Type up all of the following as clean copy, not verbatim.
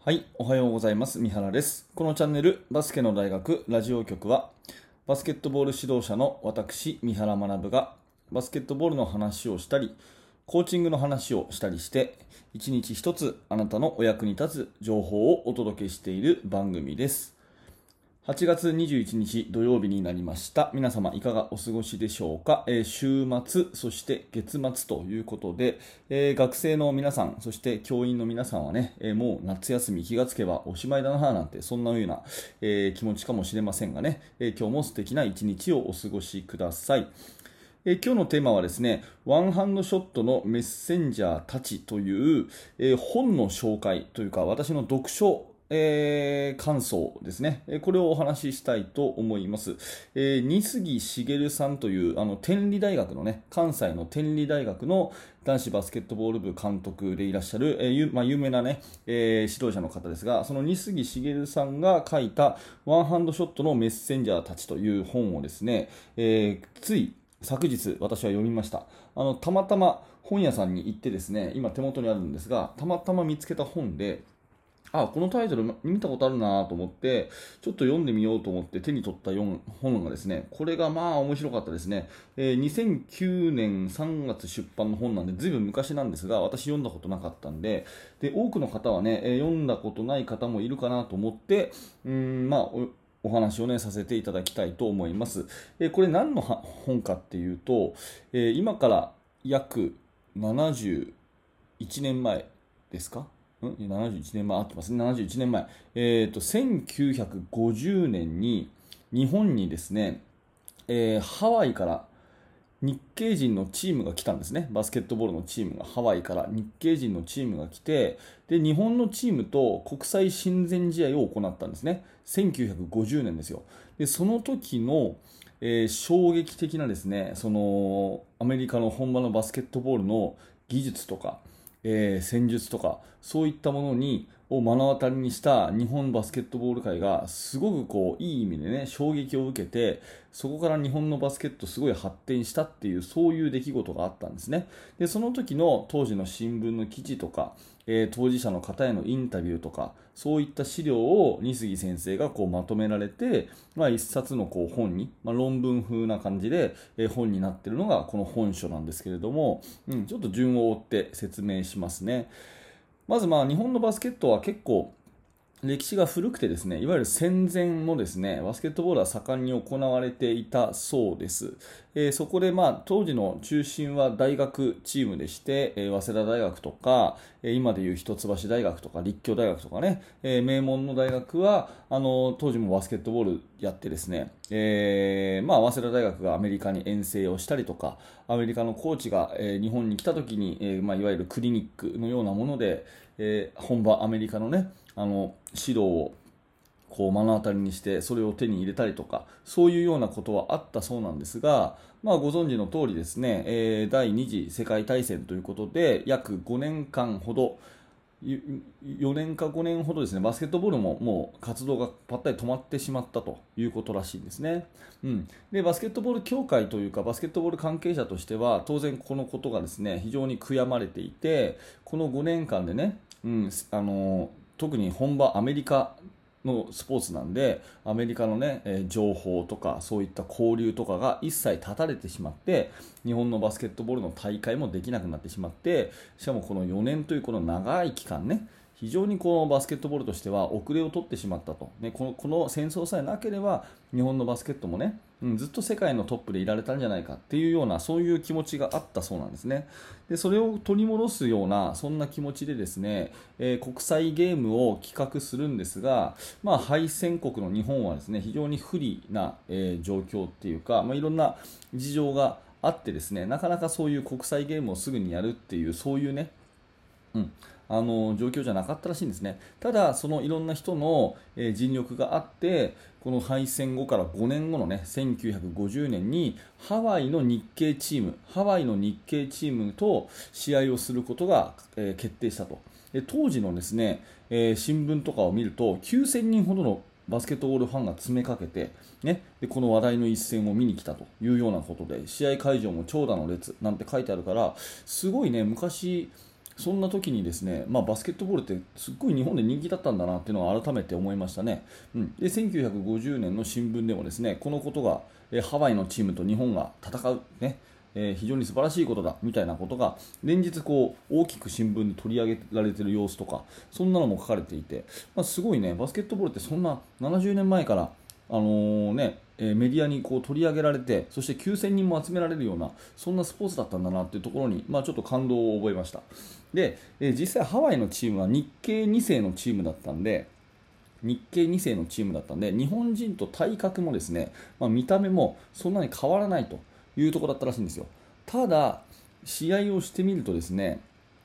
はい、おはようございます。三原です。このチャンネル、バスケの大学ラジオ局は、バスケットボール指導者の私、三原学が、バスケットボールの話をしたり、コーチングの話をしたりして、一日一つあなたのお役に立つ情報をお届けしている番組です。8月21日土曜日になりました。皆様いかがお過ごしでしょうか。週末、そして月末ということで、学生の皆さん、そして教員の皆さんはね、もう夏休み気がつけばおしまいだななんて、そんなような、気持ちかもしれませんがね、今日も素敵な一日をお過ごしください。今日のテーマはですね、ワンハンドショットのメッセンジャーたちという、本の紹介というか、私の読書感想ですね。これをお話ししたいと思います。二杉茂さんという天理大学のね、関西の天理大学の男子バスケットボール部監督でいらっしゃる、有名なね、指導者の方ですが、その二杉茂さんが書いたワンハンドショットのメッセンジャーたちという本をですね、つい昨日私は読みました。たまたま本屋さんに行ってですね、今手元にあるんですが、たまたま見つけた本で、このタイトル見たことあるなと思って、ちょっと読んでみようと思って手に取った本がですね、これがまあ面白かったですね。2009年3月出版の本なんで、ずいぶん昔なんですが、私読んだことなかったんで、多くの方はね、読んだことない方もいるかなと思って、お話をね、させていただきたいと思います。これ何の本かっていうと、今から約71年前ですか71年前、合ってますね。71年前。1950年に日本にですね、ハワイから日系人のチームが来たんですね。バスケットボールのチームがハワイから日系人のチームが来て、で、日本のチームと国際親善試合を行ったんですね。1950年ですよ。で、その時の、衝撃的なですね、アメリカの本場のバスケットボールの技術とか、戦術とかそういったものを目の当たりにした日本バスケットボール界がすごくいい意味でね衝撃を受けて、そこから日本のバスケットすごい発展したっていうそういう出来事があったんですね。でその時の当時の新聞の記事とか、当事者の方へのインタビューとかそういった資料を二杉先生がまとめられて、一冊の本に、論文風な感じで、本になっているのがこの本書なんですけれども、ちょっと順を追って説明しますね。まず日本のバスケットは結構歴史が古くてですね、いわゆる戦前もですね、バスケットボールは盛んに行われていたそうです。そこで当時の中心は大学チームでして、早稲田大学とか、今でいう一橋大学とか立教大学とかね、名門の大学は当時もバスケットボールやってですね、早稲田大学がアメリカに遠征をしたりとか、アメリカのコーチが、日本に来た時に、いわゆるクリニックのようなもので、本場アメリカのね、指導を目の当たりにしてそれを手に入れたりとかそういうようなことはあったそうなんですが、ご存知の通りですね、第二次世界大戦ということで約5年間ほど4年か5年ほどですね、バスケットボールももう活動がぱったり止まってしまったということらしいんですね。でバスケットボール協会というかバスケットボール関係者としては当然このことがですね非常に悔やまれていて、この5年間でね、特に本場アメリカのスポーツなんでアメリカのね、情報とかそういった交流とかが一切断たれてしまって日本のバスケットボールの大会もできなくなってしまって、しかもこの4年というこの長い期間ね非常にバスケットボールとしては遅れを取ってしまったと、この戦争さえなければ日本のバスケットもね、ずっと世界のトップでいられたんじゃないかっていうようなそういう気持ちがあったそうなんですね。でそれを取り戻すようなそんな気持ちでですね、国際ゲームを企画するんですが、敗戦国の日本はですね非常に不利な、状況っていうか、いろんな事情があってですねなかなかそういう国際ゲームをすぐにやるっていうそういうね、状況じゃなかったらしいんですね。ただそのいろんな人の、尽力があってこの敗戦後から5年後のね1950年にハワイの日系チームと試合をすることが、決定したと。当時のですね、新聞とかを見ると9000人ほどのバスケットボールファンが詰めかけて、でこの話題の一戦を見に来たというようなことで試合会場も長蛇の列なんて書いてあるからすごいね昔そんな時にですね、バスケットボールってすっごい日本で人気だったんだなっていうのを改めて思いましたね。で、1950年の新聞でもですね、このことが、ハワイのチームと日本が戦う、ね、非常に素晴らしいことだみたいなことが連日こう大きく新聞で取り上げられている様子とか、そんなのも書かれていて、すごいね、バスケットボールってそんな70年前からメディアにこう取り上げられて、そして9000人も集められるようなそんなスポーツだったんだなというところに、ちょっと感動を覚えました。で、実際ハワイのチームは日系2世のチームだったんで、日本人と体格もですね、見た目もそんなに変わらないというところだったらしいんですよ。ただ試合をしてみるとですね、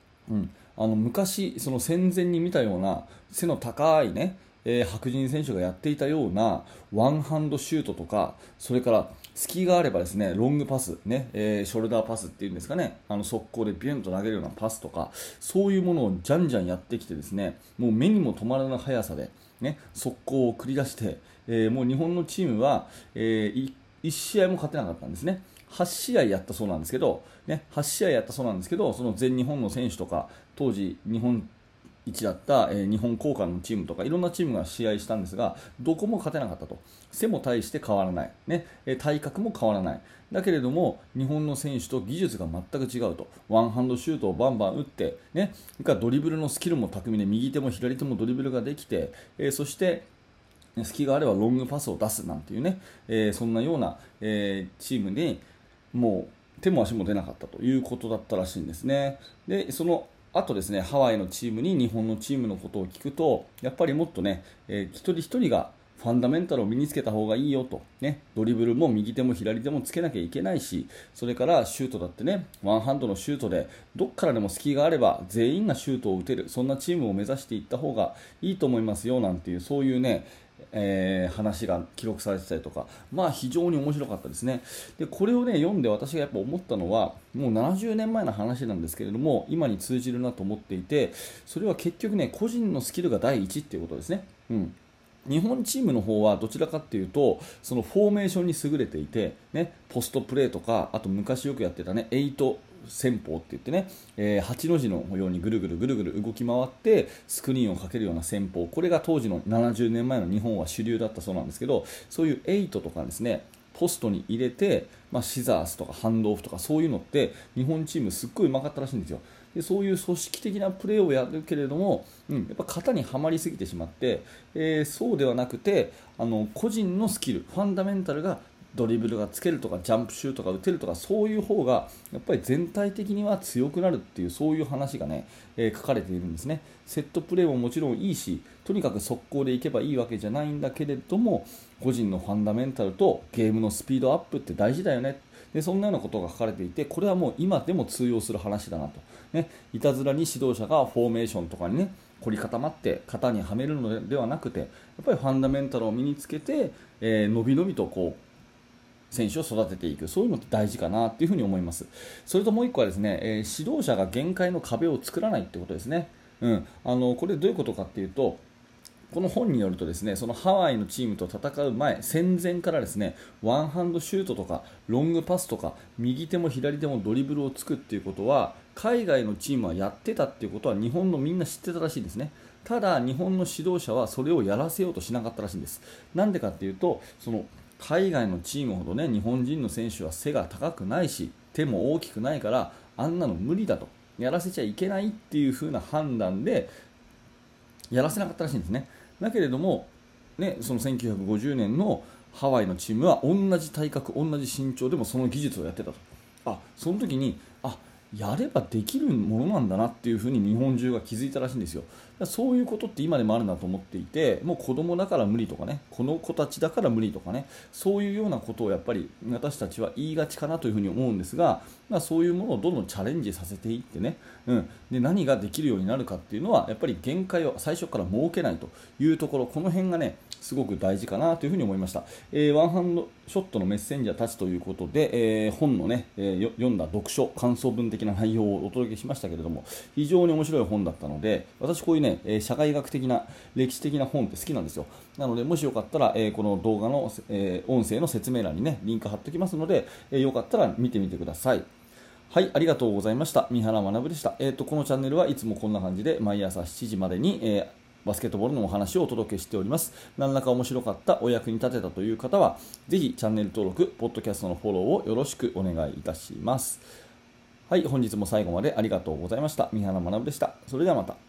昔その戦前に見たような背の高いね、白人選手がやっていたようなワンハンドシュートとか、それから隙があればですねロングパス、ねショルダーパスっていうんですかね、速攻でビュンと投げるようなパスとか、そういうものをじゃんじゃんやってきてですね、もう目にも止まらぬ速さで、速攻を繰り出して、もう日本のチームは、1試合も勝てなかったんですね。8試合やったそうなんですけど、8試合やったそうなんですけど、その全日本の選手とか、当時日本一だった、日本高官のチームとかいろんなチームが試合したんですが、どこも勝てなかったと。背も大して変わらない、体格も変わらない。だけれども日本の選手と技術が全く違うと。ワンハンドシュートをバンバン打って、ドリブルのスキルも巧みで、右手も左手もドリブルができて、そして隙があればロングパスを出すなんていうね、そんなような、チームにもう手も足も出なかったということだったらしいんですね。でそのあとですね、ハワイのチームに日本のチームのことを聞くと、やっぱりもっとね、一人一人がファンダメンタルを身につけた方がいいよと、ドリブルも右手も左手もつけなきゃいけないし、それからシュートだってね、ワンハンドのシュートでどっからでも隙があれば全員がシュートを打てる、そんなチームを目指していった方がいいと思いますよなんていう、そういうね、話が記録されてたりとか、非常に面白かったですね。でこれをね読んで私がやっぱ思ったのは、もう70年前の話なんですけれども今に通じるなと思っていて、それは結局ね個人のスキルが第一っていうことですね。日本チームの方はどちらかというとそのフォーメーションに優れていて、ポストプレーとか、あと昔よくやってたね8戦法って言ってね、8の字のようにぐるぐるぐるぐる動き回ってスクリーンをかけるような戦法、これが当時の70年前の日本は主流だったそうなんですけど、そういう8とかですねポストに入れて、シザースとかハンドオフとかそういうのって日本チームすっごいうまかったらしいんですよ。でそういう組織的なプレーをやるけれども、やっぱ型にはまりすぎてしまって、そうではなくて個人のスキルファンダメンタルがドリブルがつけるとかジャンプシュートが打てるとか、そういう方がやっぱり全体的には強くなるっていう、そういう話がね、書かれているんですね。セットプレーももちろんいいし、とにかく速攻でいけばいいわけじゃないんだけれども、個人のファンダメンタルとゲームのスピードアップって大事だよね。でそんなようなことが書かれていて、これはもう今でも通用する話だなと、いたずらに指導者がフォーメーションとかにね凝り固まって型にはめるのではなくて、やっぱりファンダメンタルを身につけて、のびのびとこう選手を育てていく、そういうのって大事かなというふうに思います。それともう1個はですね、指導者が限界の壁を作らないということですね。これどういうことかっていうと、この本によるとですね、そのハワイのチームと戦う前、戦前からですね、ワンハンドシュートとかロングパスとか右手も左手もドリブルをつくっていうことは海外のチームはやってたっていうことは日本のみんな知ってたらしいんですね。ただ日本の指導者はそれをやらせようとしなかったらしいんです。なんでかっていうと、その海外のチームほどね日本人の選手は背が高くないし手も大きくないから、あんなの無理だと、やらせちゃいけないっていう風な判断でやらせなかったらしいんですね。だけれども、その1950年のハワイのチームは同じ体格同じ身長でもその技術をやってたと。その時にやればできるものなんだなっていうふうに日本中が気づいたらしいんですよ。そういうことって今でもあるなと思っていて、もう子供だから無理とかね、この子たちだから無理とかね、そういうようなことをやっぱり私たちは言いがちかなというふうに思うんですが、そういうものをどんどんチャレンジさせていってね、で何ができるようになるかっていうのはやっぱり限界を最初から設けないというところ、この辺がねすごく大事かなというふうに思いました。ワンハンドショットのメッセンジャーたちということで、本のね、読んだ読書感想文的な内容をお届けしましたけれども、非常に面白い本だったので、私こういうね社会学的な歴史的な本って好きなんですよ。なのでもしよかったら、この動画の、音声の説明欄にねリンク貼っておきますので、よかったら見てみてください。 はい、ありがとうございました。三原学でした。このチャンネルはいつもこんな感じで毎朝7時までに、バスケットボールのお話をお届けしております。何らか面白かった、お役に立てたという方は、ぜひチャンネル登録、ポッドキャストのフォローをよろしくお願いいたします。はい、本日も最後までありがとうございました。三原学でした。それではまた。